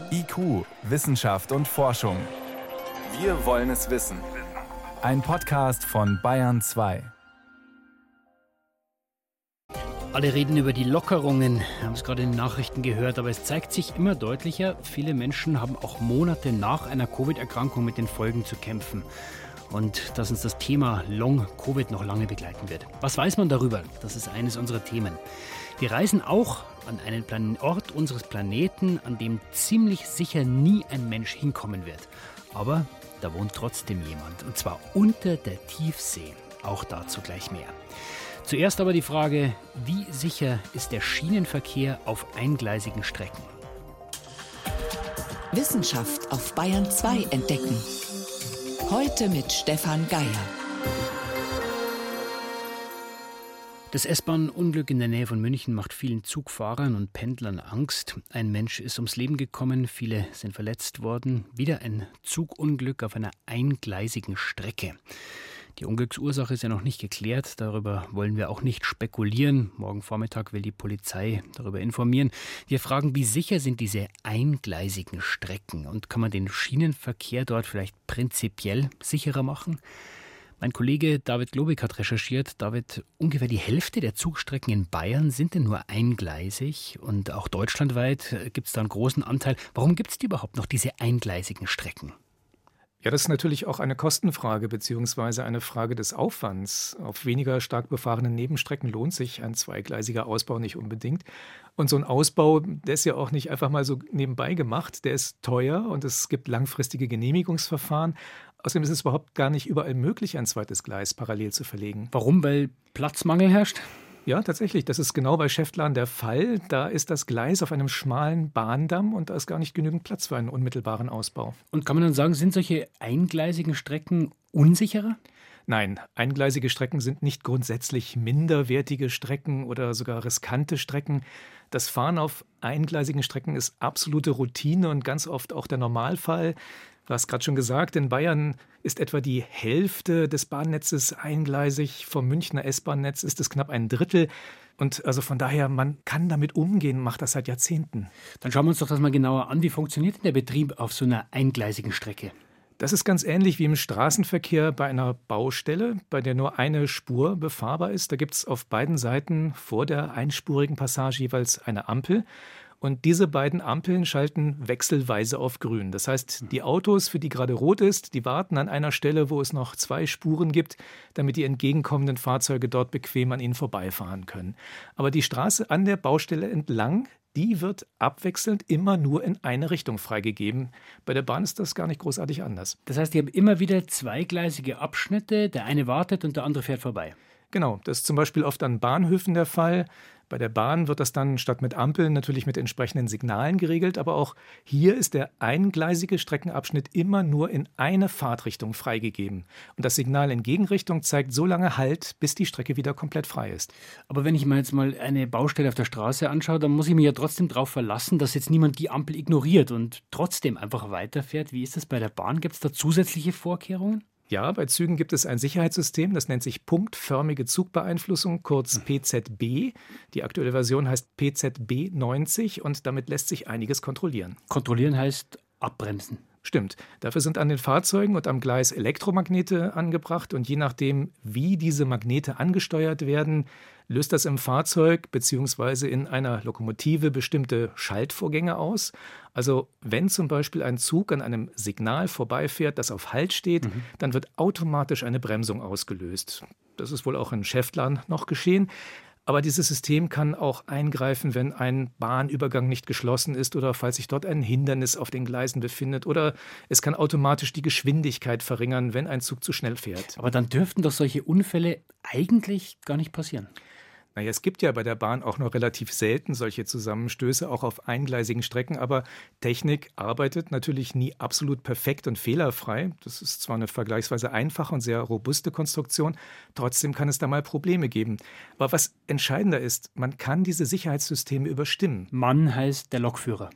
IQ, Wissenschaft und Forschung. Wir wollen es wissen. Ein Podcast von Bayern 2. Alle reden über die Lockerungen, wir haben es gerade in den Nachrichten gehört, aber es zeigt sich immer deutlicher, viele Menschen haben auch Monate nach einer Covid-Erkrankung mit den Folgen zu kämpfen. Und dass uns das Thema Long-Covid noch lange begleiten wird. Was weiß man darüber? Das ist eines unserer Themen. Wir reisen auch an einen Ort unseres Planeten, an dem ziemlich sicher nie ein Mensch hinkommen wird. Aber da wohnt trotzdem jemand, und zwar unter der Tiefsee. Auch dazu gleich mehr. Zuerst aber die Frage, wie sicher ist der Schienenverkehr auf eingleisigen Strecken? Wissenschaft auf Bayern 2 entdecken. Heute mit Stefan Geier. Das S-Bahn-Unglück in der Nähe von München macht vielen Zugfahrern und Pendlern Angst. Ein Mensch ist ums Leben gekommen, viele sind verletzt worden. Wieder ein Zugunglück auf einer eingleisigen Strecke. Die Unglücksursache ist ja noch nicht geklärt, darüber wollen wir auch nicht spekulieren. Morgen Vormittag will die Polizei darüber informieren. Wir fragen, wie sicher sind diese eingleisigen Strecken und kann man den Schienenverkehr dort vielleicht prinzipiell sicherer machen? Mein Kollege David Globig hat recherchiert. David, ungefähr die Hälfte der Zugstrecken in Bayern sind denn nur eingleisig und auch deutschlandweit gibt es da einen großen Anteil. Warum gibt es die überhaupt noch, diese eingleisigen Strecken? Ja, das ist natürlich auch eine Kostenfrage beziehungsweise eine Frage des Aufwands. Auf weniger stark befahrenen Nebenstrecken lohnt sich ein zweigleisiger Ausbau nicht unbedingt. Und so ein Ausbau, der ist ja auch nicht einfach mal so nebenbei gemacht. Der ist teuer und es gibt langfristige Genehmigungsverfahren. Außerdem ist es überhaupt gar nicht überall möglich, ein zweites Gleis parallel zu verlegen. Warum? Weil Platzmangel herrscht? Ja, tatsächlich. Das ist genau bei Schäftlarn der Fall. Da ist das Gleis auf einem schmalen Bahndamm und da ist gar nicht genügend Platz für einen unmittelbaren Ausbau. Und kann man dann sagen, sind solche eingleisigen Strecken unsicherer? Nein, eingleisige Strecken sind nicht grundsätzlich minderwertige Strecken oder sogar riskante Strecken. Das Fahren auf eingleisigen Strecken ist absolute Routine und ganz oft auch der Normalfall. Du hast gerade schon gesagt, in Bayern ist etwa die Hälfte des Bahnnetzes eingleisig. Vom Münchner S-Bahn-Netz ist es knapp ein Drittel. Und also von daher, man kann damit umgehen, macht das seit Jahrzehnten. Dann schauen wir uns doch das mal genauer an. Wie funktioniert denn der Betrieb auf so einer eingleisigen Strecke? Das ist ganz ähnlich wie im Straßenverkehr bei einer Baustelle, bei der nur eine Spur befahrbar ist. Da gibt es auf beiden Seiten vor der einspurigen Passage jeweils eine Ampel. Und diese beiden Ampeln schalten wechselweise auf grün. Das heißt, die Autos, für die gerade rot ist, die warten an einer Stelle, wo es noch 2 Spuren gibt, damit die entgegenkommenden Fahrzeuge dort bequem an ihnen vorbeifahren können. Aber die Straße an der Baustelle entlang, die wird abwechselnd immer nur in eine Richtung freigegeben. Bei der Bahn ist das gar nicht großartig anders. Das heißt, ihr habt immer wieder zweigleisige Abschnitte, der eine wartet und der andere fährt vorbei. Genau, das ist zum Beispiel oft an Bahnhöfen der Fall. Bei der Bahn wird das dann statt mit Ampeln natürlich mit entsprechenden Signalen geregelt. Aber auch hier ist der eingleisige Streckenabschnitt immer nur in eine Fahrtrichtung freigegeben. Und das Signal in Gegenrichtung zeigt so lange Halt, bis die Strecke wieder komplett frei ist. Aber wenn ich mir jetzt mal eine Baustelle auf der Straße anschaue, dann muss ich mich ja trotzdem darauf verlassen, dass jetzt niemand die Ampel ignoriert und trotzdem einfach weiterfährt. Wie ist das bei der Bahn? Gibt es da zusätzliche Vorkehrungen? Ja, bei Zügen gibt es ein Sicherheitssystem, das nennt sich punktförmige Zugbeeinflussung, kurz PZB. Die aktuelle Version heißt PZB 90 und damit lässt sich einiges kontrollieren. Kontrollieren heißt abbremsen. Stimmt. Dafür sind an den Fahrzeugen und am Gleis Elektromagnete angebracht und je nachdem, wie diese Magnete angesteuert werden, löst das im Fahrzeug bzw. in einer Lokomotive bestimmte Schaltvorgänge aus. Also wenn zum Beispiel ein Zug an einem Signal vorbeifährt, das auf Halt steht, dann wird automatisch eine Bremsung ausgelöst. Das ist wohl auch in Schäftlarn noch geschehen. Aber dieses System kann auch eingreifen, wenn ein Bahnübergang nicht geschlossen ist oder falls sich dort ein Hindernis auf den Gleisen befindet. Oder es kann automatisch die Geschwindigkeit verringern, wenn ein Zug zu schnell fährt. Aber dann dürften doch solche Unfälle eigentlich gar nicht passieren. Naja, es gibt ja bei der Bahn auch noch relativ selten solche Zusammenstöße, auch auf eingleisigen Strecken. Aber Technik arbeitet natürlich nie absolut perfekt und fehlerfrei. Das ist zwar eine vergleichsweise einfache und sehr robuste Konstruktion, trotzdem kann es da mal Probleme geben. Aber was entscheidender ist, man kann diese Sicherheitssysteme überstimmen. Mann heißt der Lokführer.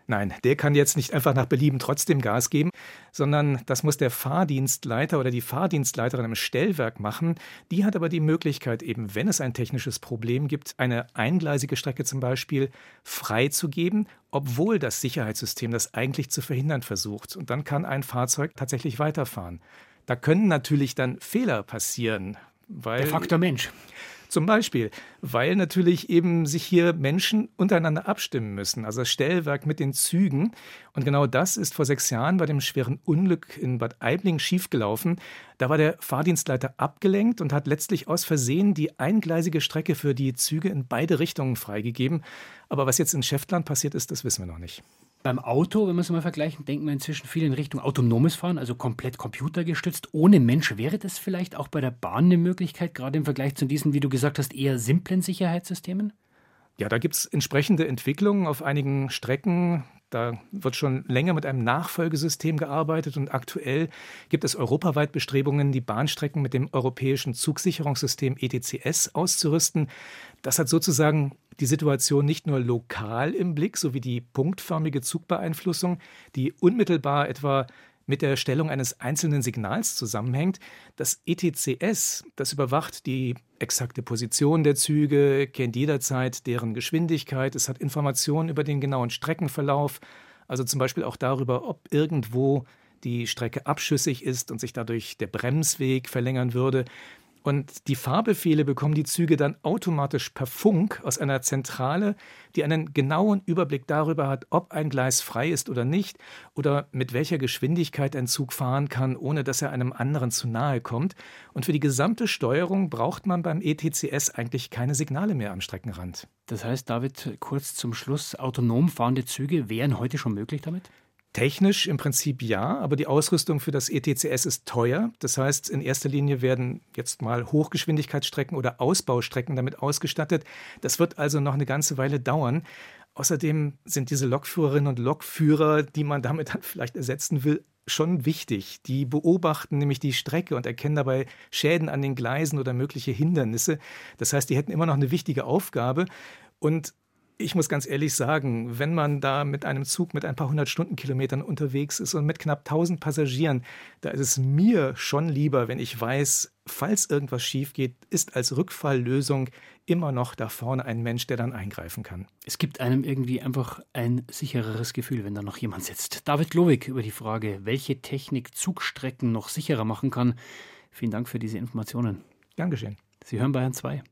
Nein, der kann jetzt nicht einfach nach Belieben trotzdem Gas geben, sondern das muss der Fahrdienstleiter oder die Fahrdienstleiterin im Stellwerk machen. Die hat aber die Möglichkeit, eben wenn es ein technisches Problem gibt, eine eingleisige Strecke zum Beispiel freizugeben, obwohl das Sicherheitssystem das eigentlich zu verhindern versucht. Und dann kann ein Fahrzeug tatsächlich weiterfahren. Da können natürlich dann Fehler passieren. Der Faktor Mensch. Zum Beispiel, weil natürlich eben sich hier Menschen untereinander abstimmen müssen, also das Stellwerk mit den Zügen. Und genau das ist vor 6 Jahren bei dem schweren Unglück in Bad Aibling schiefgelaufen. Da war der Fahrdienstleiter abgelenkt und hat letztlich aus Versehen die eingleisige Strecke für die Züge in beide Richtungen freigegeben. Aber was jetzt in Schäftlarn passiert ist, das wissen wir noch nicht. Beim Auto, wenn wir es mal vergleichen, denken wir inzwischen viel in Richtung autonomes Fahren, also komplett computergestützt, ohne Mensch. Wäre das vielleicht auch bei der Bahn eine Möglichkeit, gerade im Vergleich zu diesen, wie du gesagt hast, eher simplen Sicherheitssystemen? Ja, da gibt es entsprechende Entwicklungen auf einigen Strecken. Da wird schon länger mit einem Nachfolgesystem gearbeitet und aktuell gibt es europaweit Bestrebungen, die Bahnstrecken mit dem europäischen Zugsicherungssystem ETCS auszurüsten. Das hat sozusagen die Situation nicht nur lokal im Blick, sowie die punktförmige Zugbeeinflussung, die unmittelbar etwa mit der Stellung eines einzelnen Signals zusammenhängt. Das ETCS, das überwacht die exakte Position der Züge, kennt jederzeit deren Geschwindigkeit, es hat Informationen über den genauen Streckenverlauf, also zum Beispiel auch darüber, ob irgendwo die Strecke abschüssig ist und sich dadurch der Bremsweg verlängern würde. Und die Fahrbefehle bekommen die Züge dann automatisch per Funk aus einer Zentrale, die einen genauen Überblick darüber hat, ob ein Gleis frei ist oder nicht oder mit welcher Geschwindigkeit ein Zug fahren kann, ohne dass er einem anderen zu nahe kommt. Und für die gesamte Steuerung braucht man beim ETCS eigentlich keine Signale mehr am Streckenrand. Das heißt, David, kurz zum Schluss, autonom fahrende Züge wären heute schon möglich damit? Technisch im Prinzip ja, aber die Ausrüstung für das ETCS ist teuer. Das heißt, in erster Linie werden jetzt mal Hochgeschwindigkeitsstrecken oder Ausbaustrecken damit ausgestattet. Das wird also noch eine ganze Weile dauern. Außerdem sind diese Lokführerinnen und Lokführer, die man damit dann vielleicht ersetzen will, schon wichtig. Die beobachten nämlich die Strecke und erkennen dabei Schäden an den Gleisen oder mögliche Hindernisse. Das heißt, die hätten immer noch eine wichtige Aufgabe. Und ich muss ganz ehrlich sagen, wenn man da mit einem Zug mit ein paar 100 Stundenkilometern unterwegs ist und mit knapp 1000 Passagieren, da ist es mir schon lieber, wenn ich weiß, falls irgendwas schief geht, ist als Rückfalllösung immer noch da vorne ein Mensch, der dann eingreifen kann. Es gibt einem irgendwie einfach ein sichereres Gefühl, wenn da noch jemand sitzt. David Glowig über die Frage, welche Technik Zugstrecken noch sicherer machen kann. Vielen Dank für diese Informationen. Gern geschehen. Sie hören Bayern 2.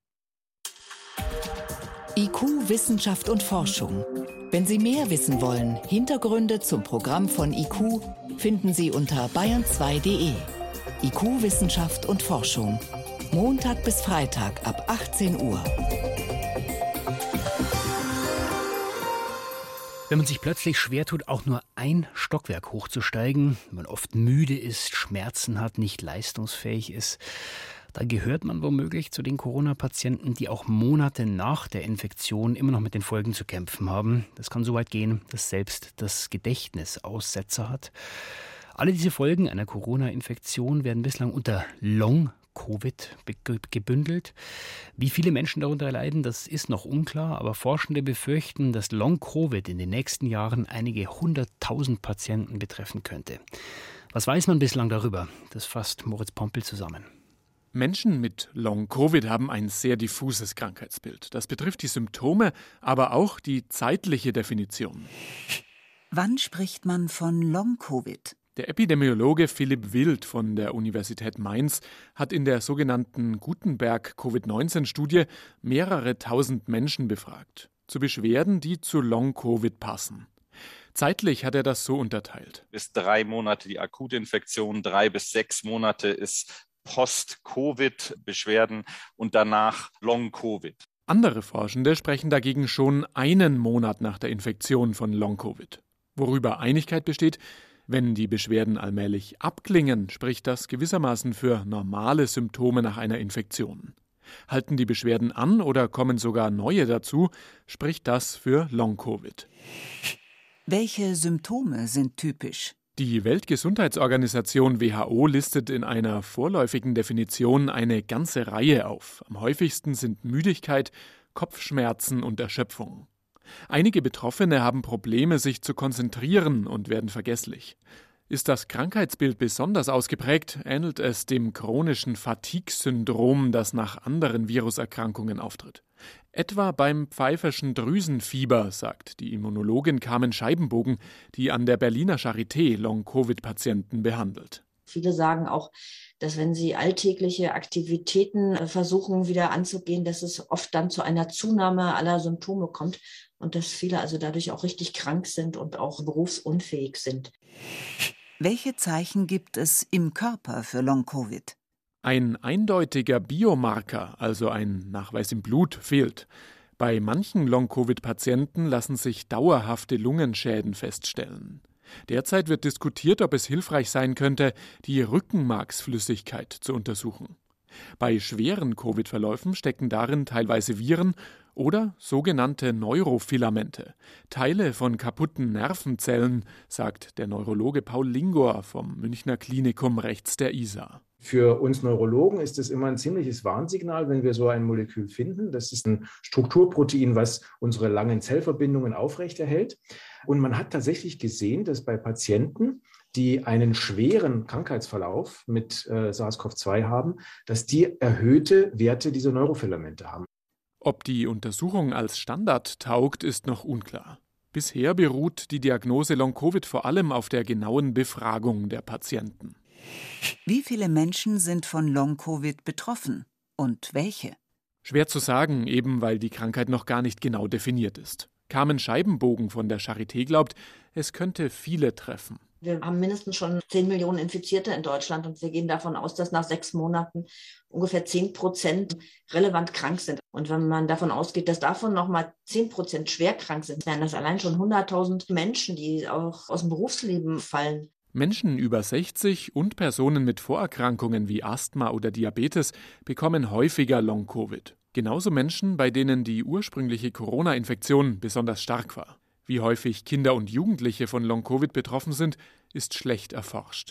IQ, Wissenschaft und Forschung. Wenn Sie mehr wissen wollen, Hintergründe zum Programm von IQ finden Sie unter bayern2.de. IQ, Wissenschaft und Forschung. Montag bis Freitag ab 18 Uhr. Wenn man sich plötzlich schwer tut, auch nur ein Stockwerk hochzusteigen, man oft müde ist, Schmerzen hat, nicht leistungsfähig ist, dann gehört man womöglich zu den Corona-Patienten, die auch Monate nach der Infektion immer noch mit den Folgen zu kämpfen haben. Das kann so weit gehen, dass selbst das Gedächtnis Aussetzer hat. Alle diese Folgen einer Corona-Infektion werden bislang unter Long-Covid gebündelt. Wie viele Menschen darunter leiden, das ist noch unklar, aber Forschende befürchten, dass Long-Covid in den nächsten Jahren einige 100.000 Patienten betreffen könnte. Was weiß man bislang darüber? Das fasst Moritz Pompel zusammen. Menschen mit Long-Covid haben ein sehr diffuses Krankheitsbild. Das betrifft die Symptome, aber auch die zeitliche Definition. Wann spricht man von Long-Covid? Der Epidemiologe Philipp Wild von der Universität Mainz hat in der sogenannten Gutenberg-Covid-19-Studie mehrere tausend Menschen befragt. Zu Beschwerden, die zu Long-Covid passen. Zeitlich hat er das so unterteilt. Bis 3 Monate die Akutinfektion, 3 bis 6 Monate ist Post-Covid-Beschwerden und danach Long-Covid. Andere Forschende sprechen dagegen schon einen Monat nach der Infektion von Long-Covid. Worüber Einigkeit besteht, wenn die Beschwerden allmählich abklingen, spricht das gewissermaßen für normale Symptome nach einer Infektion. Halten die Beschwerden an oder kommen sogar neue dazu, spricht das für Long-Covid. Welche Symptome sind typisch? Die Weltgesundheitsorganisation WHO listet in einer vorläufigen Definition eine ganze Reihe auf. Am häufigsten sind Müdigkeit, Kopfschmerzen und Erschöpfung. Einige Betroffene haben Probleme, sich zu konzentrieren und werden vergesslich. Ist das Krankheitsbild besonders ausgeprägt, ähnelt es dem chronischen Fatigue-Syndrom, das nach anderen Viruserkrankungen auftritt. Etwa beim pfeiferschen Drüsenfieber, sagt die Immunologin Carmen Scheibenbogen, die an der Berliner Charité Long-Covid-Patienten behandelt. Viele sagen auch, dass wenn sie alltägliche Aktivitäten versuchen wieder anzugehen, dass es oft dann zu einer Zunahme aller Symptome kommt und dass viele also dadurch auch richtig krank sind und auch berufsunfähig sind. Welche Zeichen gibt es im Körper für Long-Covid? Ein eindeutiger Biomarker, also ein Nachweis im Blut, fehlt. Bei manchen Long-Covid-Patienten lassen sich dauerhafte Lungenschäden feststellen. Derzeit wird diskutiert, ob es hilfreich sein könnte, die Rückenmarksflüssigkeit zu untersuchen. Bei schweren Covid-Verläufen stecken darin teilweise Viren oder sogenannte Neurofilamente, Teile von kaputten Nervenzellen, sagt der Neurologe Paul Lingor vom Münchner Klinikum rechts der Isar. Für uns Neurologen ist es immer ein ziemliches Warnsignal, wenn wir so ein Molekül finden. Das ist ein Strukturprotein, was unsere langen Zellverbindungen aufrechterhält. Und man hat tatsächlich gesehen, dass bei Patienten, die einen schweren Krankheitsverlauf mit SARS-CoV-2 haben, dass die erhöhte Werte dieser Neurofilamente haben. Ob die Untersuchung als Standard taugt, ist noch unklar. Bisher beruht die Diagnose Long-Covid vor allem auf der genauen Befragung der Patienten. Wie viele Menschen sind von Long-Covid betroffen und welche? Schwer zu sagen, eben weil die Krankheit noch gar nicht genau definiert ist. Carmen Scheibenbogen von der Charité glaubt, es könnte viele treffen. Wir haben mindestens schon 10 Millionen Infizierte in Deutschland und wir gehen davon aus, dass nach 6 Monaten ungefähr 10% relevant krank sind. Und wenn man davon ausgeht, dass davon nochmal 10% schwer krank sind, wären das allein schon 100.000 Menschen, die auch aus dem Berufsleben fallen. Menschen über 60 und Personen mit Vorerkrankungen wie Asthma oder Diabetes bekommen häufiger Long-Covid. Genauso Menschen, bei denen die ursprüngliche Corona-Infektion besonders stark war. Wie häufig Kinder und Jugendliche von Long-Covid betroffen sind, ist schlecht erforscht.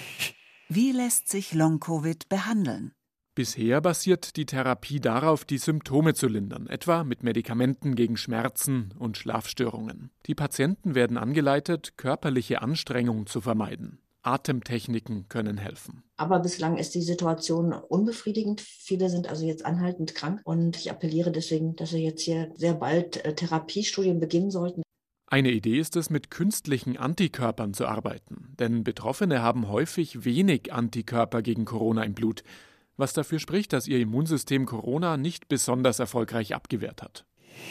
Wie lässt sich Long-Covid behandeln? Bisher basiert die Therapie darauf, die Symptome zu lindern, etwa mit Medikamenten gegen Schmerzen und Schlafstörungen. Die Patienten werden angeleitet, körperliche Anstrengung zu vermeiden. Atemtechniken können helfen. Aber bislang ist die Situation unbefriedigend. Viele sind also jetzt anhaltend krank und ich appelliere deswegen, dass wir jetzt hier sehr bald Therapiestudien beginnen sollten. Eine Idee ist es, mit künstlichen Antikörpern zu arbeiten, denn Betroffene haben häufig wenig Antikörper gegen Corona im Blut, was dafür spricht, dass ihr Immunsystem Corona nicht besonders erfolgreich abgewehrt hat.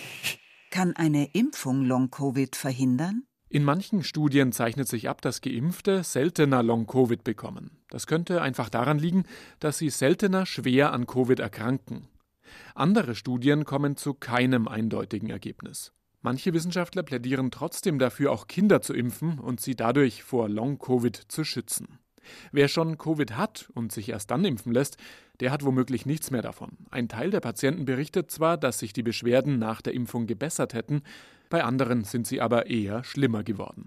Kann eine Impfung Long-Covid verhindern? In manchen Studien zeichnet sich ab, dass Geimpfte seltener Long-Covid bekommen. Das könnte einfach daran liegen, dass sie seltener schwer an Covid erkranken. Andere Studien kommen zu keinem eindeutigen Ergebnis. Manche Wissenschaftler plädieren trotzdem dafür, auch Kinder zu impfen und sie dadurch vor Long-Covid zu schützen. Wer schon Covid hat und sich erst dann impfen lässt, der hat womöglich nichts mehr davon. Ein Teil der Patienten berichtet zwar, dass sich die Beschwerden nach der Impfung gebessert hätten, bei anderen sind sie aber eher schlimmer geworden.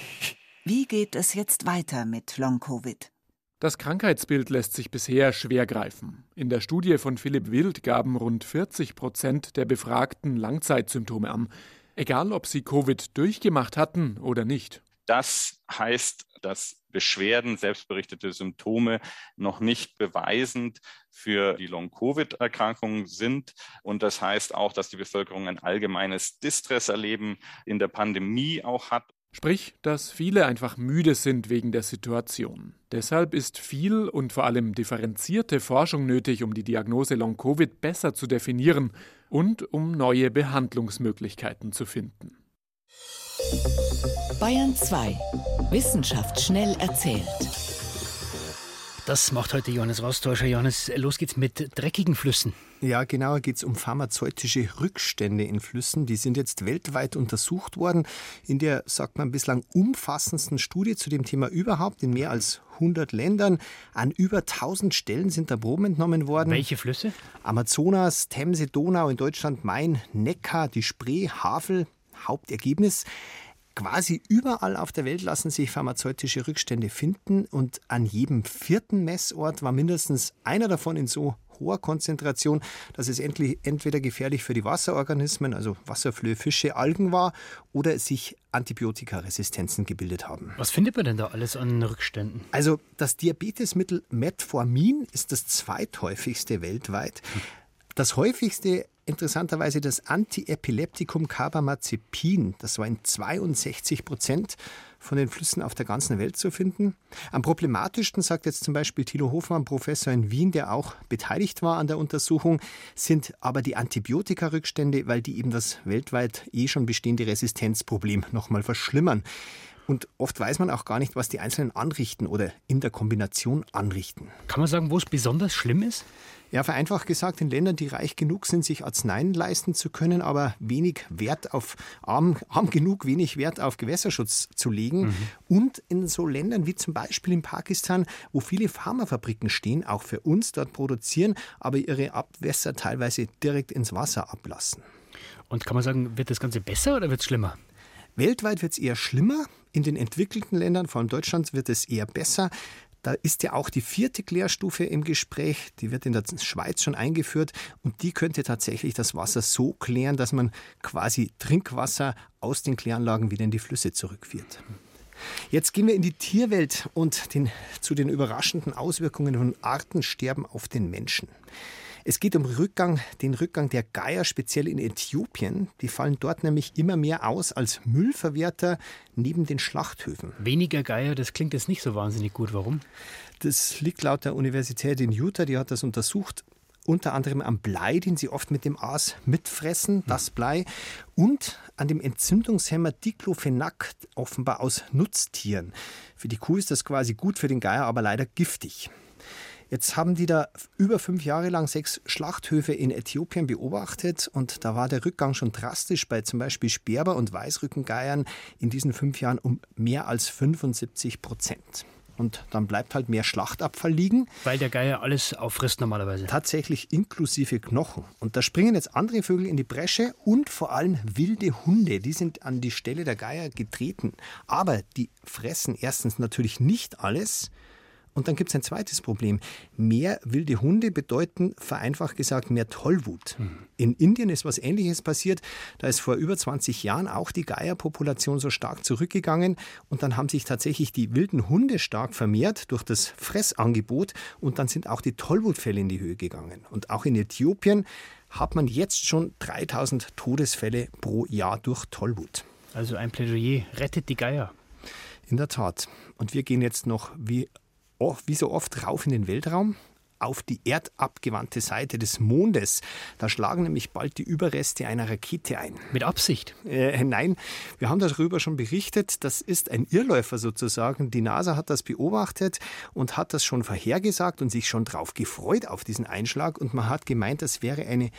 Wie geht es jetzt weiter mit Long-Covid? Das Krankheitsbild lässt sich bisher schwer greifen. In der Studie von Philipp Wild gaben rund 40% der Befragten Langzeitsymptome an, egal ob sie Covid durchgemacht hatten oder nicht. Das heißt, dass Beschwerden, selbstberichtete Symptome noch nicht beweisend für die Long-Covid-Erkrankung sind. Und das heißt auch, dass die Bevölkerung ein allgemeines Distress-Erleben in der Pandemie auch hat. Sprich, dass viele einfach müde sind wegen der Situation. Deshalb ist viel und vor allem differenzierte Forschung nötig, um die Diagnose Long-Covid besser zu definieren und um neue Behandlungsmöglichkeiten zu finden. Bayern 2. Wissenschaft schnell erzählt. Das macht heute Johannes Rostäuscher. Johannes, los geht's mit dreckigen Flüssen. Ja, genauer geht es um pharmazeutische Rückstände in Flüssen. Die sind jetzt weltweit untersucht worden in der, sagt man, bislang umfassendsten Studie zu dem Thema überhaupt in mehr als 100 Ländern. An über 1000 Stellen sind da Proben entnommen worden. Welche Flüsse? Amazonas, Themse, Donau, in Deutschland Main, Neckar, die Spree, Havel. Hauptergebnis: Quasi überall auf der Welt lassen sich pharmazeutische Rückstände finden und an jedem 4. Messort war mindestens einer davon in so hoher Konzentration, dass es entweder gefährlich für die Wasserorganismen, also Wasserflöhe, Fische, Algen war, oder sich Antibiotikaresistenzen gebildet haben. Was findet man denn da alles an Rückständen? Also das Diabetesmittel Metformin ist das zweithäufigste weltweit. Das häufigste interessanterweise das Antiepileptikum Carbamazepin. Das war in 62% von den Flüssen auf der ganzen Welt zu finden. Am problematischsten, sagt jetzt zum Beispiel Thilo Hofmann, Professor in Wien, der auch beteiligt war an der Untersuchung, sind aber die Antibiotikarückstände, weil die eben das weltweit schon bestehende Resistenzproblem nochmal verschlimmern. Und oft weiß man auch gar nicht, was die Einzelnen anrichten oder in der Kombination anrichten. Kann man sagen, wo es besonders schlimm ist? Ja, vereinfacht gesagt, in Ländern, die reich genug sind, sich Arzneien leisten zu können, aber arm genug, wenig Wert auf Gewässerschutz zu legen. Und in so Ländern wie zum Beispiel in Pakistan, wo viele Pharmafabriken stehen, auch für uns dort produzieren, aber ihre Abwässer teilweise direkt ins Wasser ablassen. Und kann man sagen, wird das Ganze besser oder wird es schlimmer? Weltweit wird es eher schlimmer. In den entwickelten Ländern, vor allem Deutschland, wird es eher besser. Da ist ja auch die 4. Klärstufe im Gespräch. Die wird in der Schweiz schon eingeführt. Und die könnte tatsächlich das Wasser so klären, dass man quasi Trinkwasser aus den Kläranlagen wieder in die Flüsse zurückführt. Jetzt gehen wir in die Tierwelt und zu den überraschenden Auswirkungen von Artensterben auf den Menschen. Es geht um den Rückgang der Geier, speziell in Äthiopien. Die fallen dort nämlich immer mehr aus als Müllverwerter neben den Schlachthöfen. Weniger Geier, das klingt jetzt nicht so wahnsinnig gut. Warum? Das liegt laut der Universität in Utah, die hat das untersucht, unter anderem am Blei, den sie oft mit dem Aas mitfressen, das Blei, und an dem Entzündungshemmer Diclofenac, offenbar aus Nutztieren. Für die Kuh ist das quasi gut, für den Geier aber leider giftig. Jetzt haben die da über 5 Jahre lang 6 Schlachthöfe in Äthiopien beobachtet und da war der Rückgang schon drastisch bei zum Beispiel Sperber- und Weißrückengeiern in diesen 5 Jahren um mehr als 75%. Und dann bleibt halt mehr Schlachtabfall liegen. Weil der Geier alles auffrisst normalerweise. Tatsächlich inklusive Knochen. Und da springen jetzt andere Vögel in die Bresche und vor allem wilde Hunde. Die sind an die Stelle der Geier getreten. Aber die fressen erstens natürlich nicht alles. Und dann gibt es ein zweites Problem. Mehr wilde Hunde bedeuten, vereinfacht gesagt, mehr Tollwut. In Indien ist was Ähnliches passiert. Da ist vor über 20 Jahren auch die Geierpopulation so stark zurückgegangen. Und dann haben sich tatsächlich die wilden Hunde stark vermehrt durch das Fressangebot. Und dann sind auch die Tollwutfälle in die Höhe gegangen. Und auch in Äthiopien hat man jetzt schon 3000 Todesfälle pro Jahr durch Tollwut. Also ein Plädoyer, rettet die Geier. In der Tat. Und wir gehen jetzt noch wie so oft rauf in den Weltraum, auf die erdabgewandte Seite des Mondes. Da schlagen nämlich bald die Überreste einer Rakete ein. Mit Absicht? Nein, wir haben darüber schon berichtet. Das ist ein Irrläufer sozusagen. Die NASA hat das beobachtet und hat das schon vorhergesagt und sich schon drauf gefreut auf diesen Einschlag. Und man hat gemeint, das wäre ein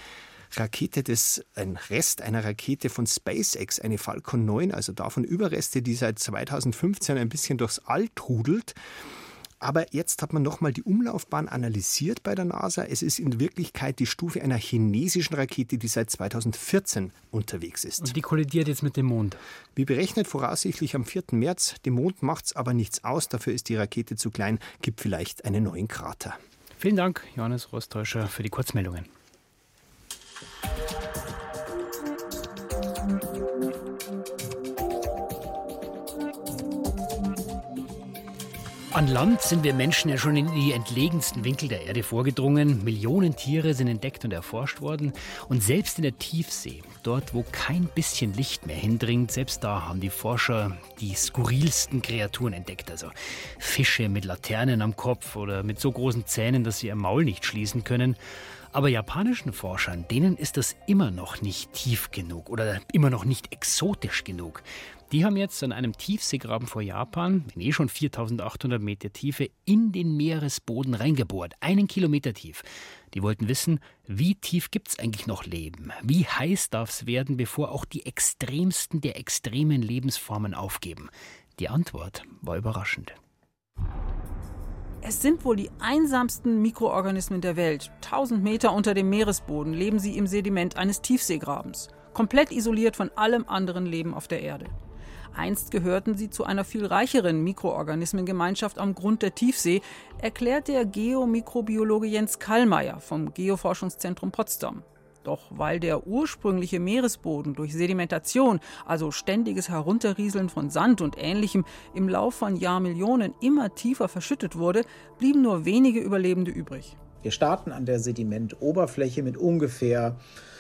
Rest einer Rakete von SpaceX, eine Falcon 9, also davon Überreste, die seit 2015 ein bisschen durchs All trudelt. Aber jetzt hat man nochmal die Umlaufbahn analysiert bei der NASA. Es ist in Wirklichkeit die Stufe einer chinesischen Rakete, die seit 2014 unterwegs ist. Und die kollidiert jetzt mit dem Mond? Wie berechnet, voraussichtlich am 4. März. Dem Mond macht es aber nichts aus. Dafür ist die Rakete zu klein, gibt vielleicht einen neuen Krater. Vielen Dank, Johannes Rostäuscher, für die Kurzmeldungen. An Land sind wir Menschen ja schon in die entlegensten Winkel der Erde vorgedrungen. Millionen Tiere sind entdeckt und erforscht worden. Und selbst in der Tiefsee, dort wo kein bisschen Licht mehr hindringt, selbst da haben die Forscher die skurrilsten Kreaturen entdeckt. Also Fische mit Laternen am Kopf oder mit so großen Zähnen, dass sie ihr Maul nicht schließen können. Aber japanischen Forschern, denen ist das immer noch nicht tief genug oder immer noch nicht exotisch genug. Die haben jetzt an einem Tiefseegraben vor Japan, in schon 4.800 Meter Tiefe, in den Meeresboden reingebohrt. 1 Kilometer tief. Die wollten wissen, wie tief gibt es eigentlich noch Leben? Wie heiß darf es werden, bevor auch die extremsten der extremen Lebensformen aufgeben? Die Antwort war überraschend. Es sind wohl die einsamsten Mikroorganismen der Welt. 1000 Meter unter dem Meeresboden leben sie im Sediment eines Tiefseegrabens. Komplett isoliert von allem anderen Leben auf der Erde. Einst gehörten sie zu einer viel reicheren Mikroorganismengemeinschaft am Grund der Tiefsee, erklärt der Geomikrobiologe Jens Kallmeier vom Geoforschungszentrum Potsdam. Doch weil der ursprüngliche Meeresboden durch Sedimentation, also ständiges Herunterrieseln von Sand und Ähnlichem, im Lauf von Jahrmillionen immer tiefer verschüttet wurde, blieben nur wenige Überlebende übrig. Wir starten an der Sedimentoberfläche mit ungefähr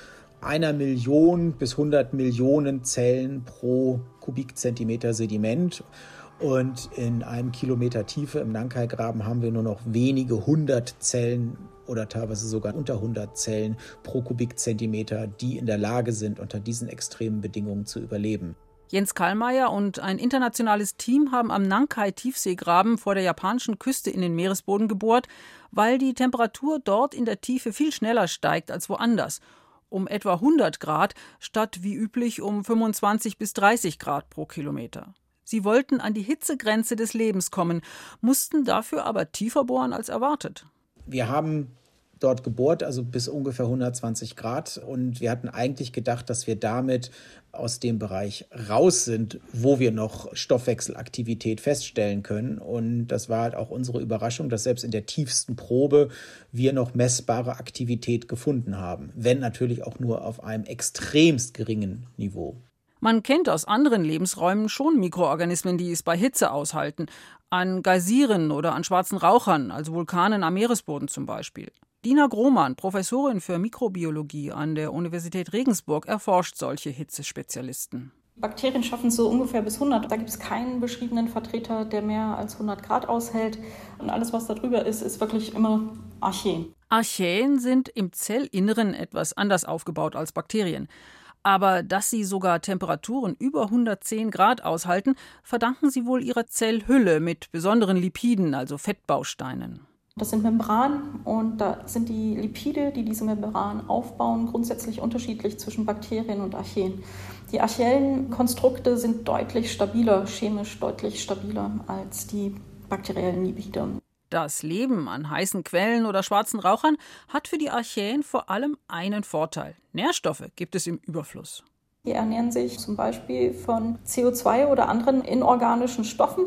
1 Million bis 100 Millionen Zellen pro Kubikzentimeter Sediment. Und in einem Kilometer Tiefe im Nankai-Graben haben wir nur noch wenige 100 Zellen oder teilweise sogar unter 100 Zellen pro Kubikzentimeter, die in der Lage sind, unter diesen extremen Bedingungen zu überleben. Jens Kallmeier und ein internationales Team haben am Nankai-Tiefseegraben vor der japanischen Küste in den Meeresboden gebohrt, weil die Temperatur dort in der Tiefe viel schneller steigt als woanders. Um etwa 100 Grad statt wie üblich um 25 bis 30 Grad pro Kilometer. Sie wollten an die Hitzegrenze des Lebens kommen, mussten dafür aber tiefer bohren als erwartet. Wir haben dort gebohrt, also bis ungefähr 120 Grad. Und wir hatten eigentlich gedacht, dass wir damit aus dem Bereich raus sind, wo wir noch Stoffwechselaktivität feststellen können. Und das war halt auch unsere Überraschung, dass selbst in der tiefsten Probe wir noch messbare Aktivität gefunden haben. Wenn natürlich auch nur auf einem extremst geringen Niveau. Man kennt aus anderen Lebensräumen schon Mikroorganismen, die es bei Hitze aushalten. An Geysiren oder an schwarzen Rauchern, also Vulkanen am Meeresboden zum Beispiel. Dina Grohmann, Professorin für Mikrobiologie an der Universität Regensburg, erforscht solche Hitzespezialisten. Bakterien schaffen es so ungefähr bis 100. Da gibt es keinen beschriebenen Vertreter, der mehr als 100 Grad aushält. Und alles, was da drüber ist, ist wirklich immer Archäen. Archäen sind im Zellinneren etwas anders aufgebaut als Bakterien. Aber dass sie sogar Temperaturen über 110 Grad aushalten, verdanken sie wohl ihrer Zellhülle mit besonderen Lipiden, also Fettbausteinen. Das sind Membranen und da sind die Lipide, die diese Membran aufbauen, grundsätzlich unterschiedlich zwischen Bakterien und Archäen. Die archäellen Konstrukte sind deutlich stabiler, chemisch deutlich stabiler als die bakteriellen Lipide. Das Leben an heißen Quellen oder schwarzen Rauchern hat für die Archäen vor allem einen Vorteil. Nährstoffe gibt es im Überfluss. Die ernähren sich zum Beispiel von CO2 oder anderen inorganischen Stoffen,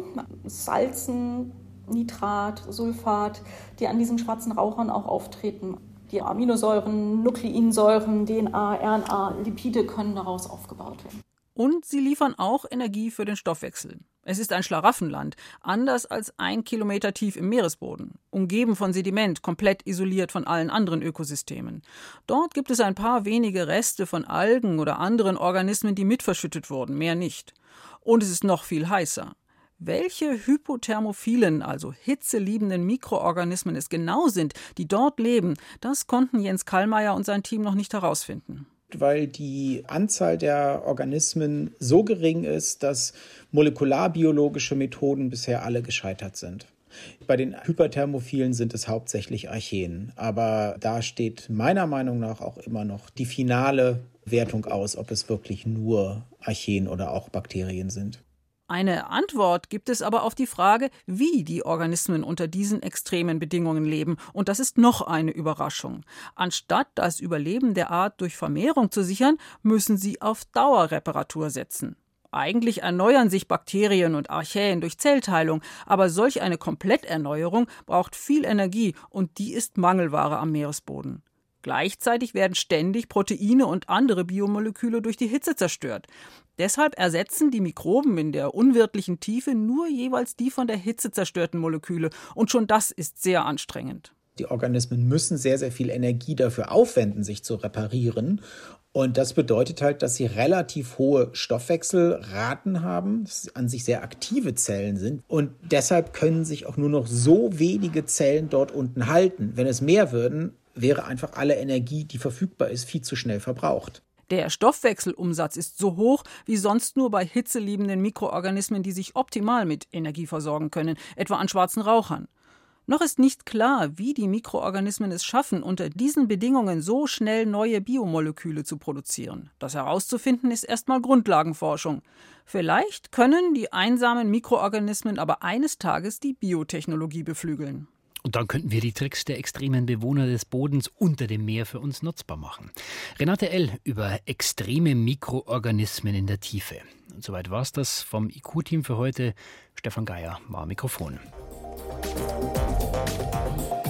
Salzen, Nitrat, Sulfat, die an diesen schwarzen Rauchern auch auftreten. Die Aminosäuren, Nukleinsäuren, DNA, RNA, Lipide können daraus aufgebaut werden. Und sie liefern auch Energie für den Stoffwechsel. Es ist ein Schlaraffenland, anders als 1 Kilometer tief im Meeresboden, umgeben von Sediment, komplett isoliert von allen anderen Ökosystemen. Dort gibt es ein paar wenige Reste von Algen oder anderen Organismen, die mitverschüttet wurden, mehr nicht. Und es ist noch viel heißer. Welche hypothermophilen, also hitzeliebenden Mikroorganismen es genau sind, die dort leben, das konnten Jens Kallmeier und sein Team noch nicht herausfinden. Weil die Anzahl der Organismen so gering ist, dass molekularbiologische Methoden bisher alle gescheitert sind. Bei den Hyperthermophilen sind es hauptsächlich Archäen. Aber da steht meiner Meinung nach auch immer noch die finale Wertung aus, ob es wirklich nur Archäen oder auch Bakterien sind. Eine Antwort gibt es aber auf die Frage, wie die Organismen unter diesen extremen Bedingungen leben. Und das ist noch eine Überraschung. Anstatt das Überleben der Art durch Vermehrung zu sichern, müssen sie auf Dauerreparatur setzen. Eigentlich erneuern sich Bakterien und Archäen durch Zellteilung, aber solch eine Kompletterneuerung braucht viel Energie und die ist Mangelware am Meeresboden. Gleichzeitig werden ständig Proteine und andere Biomoleküle durch die Hitze zerstört. Deshalb ersetzen die Mikroben in der unwirtlichen Tiefe nur jeweils die von der Hitze zerstörten Moleküle. Und schon das ist sehr anstrengend. Die Organismen müssen sehr, sehr viel Energie dafür aufwenden, sich zu reparieren. Und das bedeutet halt, dass sie relativ hohe Stoffwechselraten haben, dass sie an sich sehr aktive Zellen sind. Und deshalb können sich auch nur noch so wenige Zellen dort unten halten. Wenn es mehr würden, wäre einfach alle Energie, die verfügbar ist, viel zu schnell verbraucht. Der Stoffwechselumsatz ist so hoch wie sonst nur bei hitzeliebenden Mikroorganismen, die sich optimal mit Energie versorgen können, etwa an schwarzen Rauchern. Noch ist nicht klar, wie die Mikroorganismen es schaffen, unter diesen Bedingungen so schnell neue Biomoleküle zu produzieren. Das herauszufinden ist erstmal Grundlagenforschung. Vielleicht können die einsamen Mikroorganismen aber eines Tages die Biotechnologie beflügeln. Und dann könnten wir die Tricks der extremen Bewohner des Bodens unter dem Meer für uns nutzbar machen. Renate L. über extreme Mikroorganismen in der Tiefe. Und soweit war es das vom IQ-Team für heute. Stefan Geier war am Mikrofon.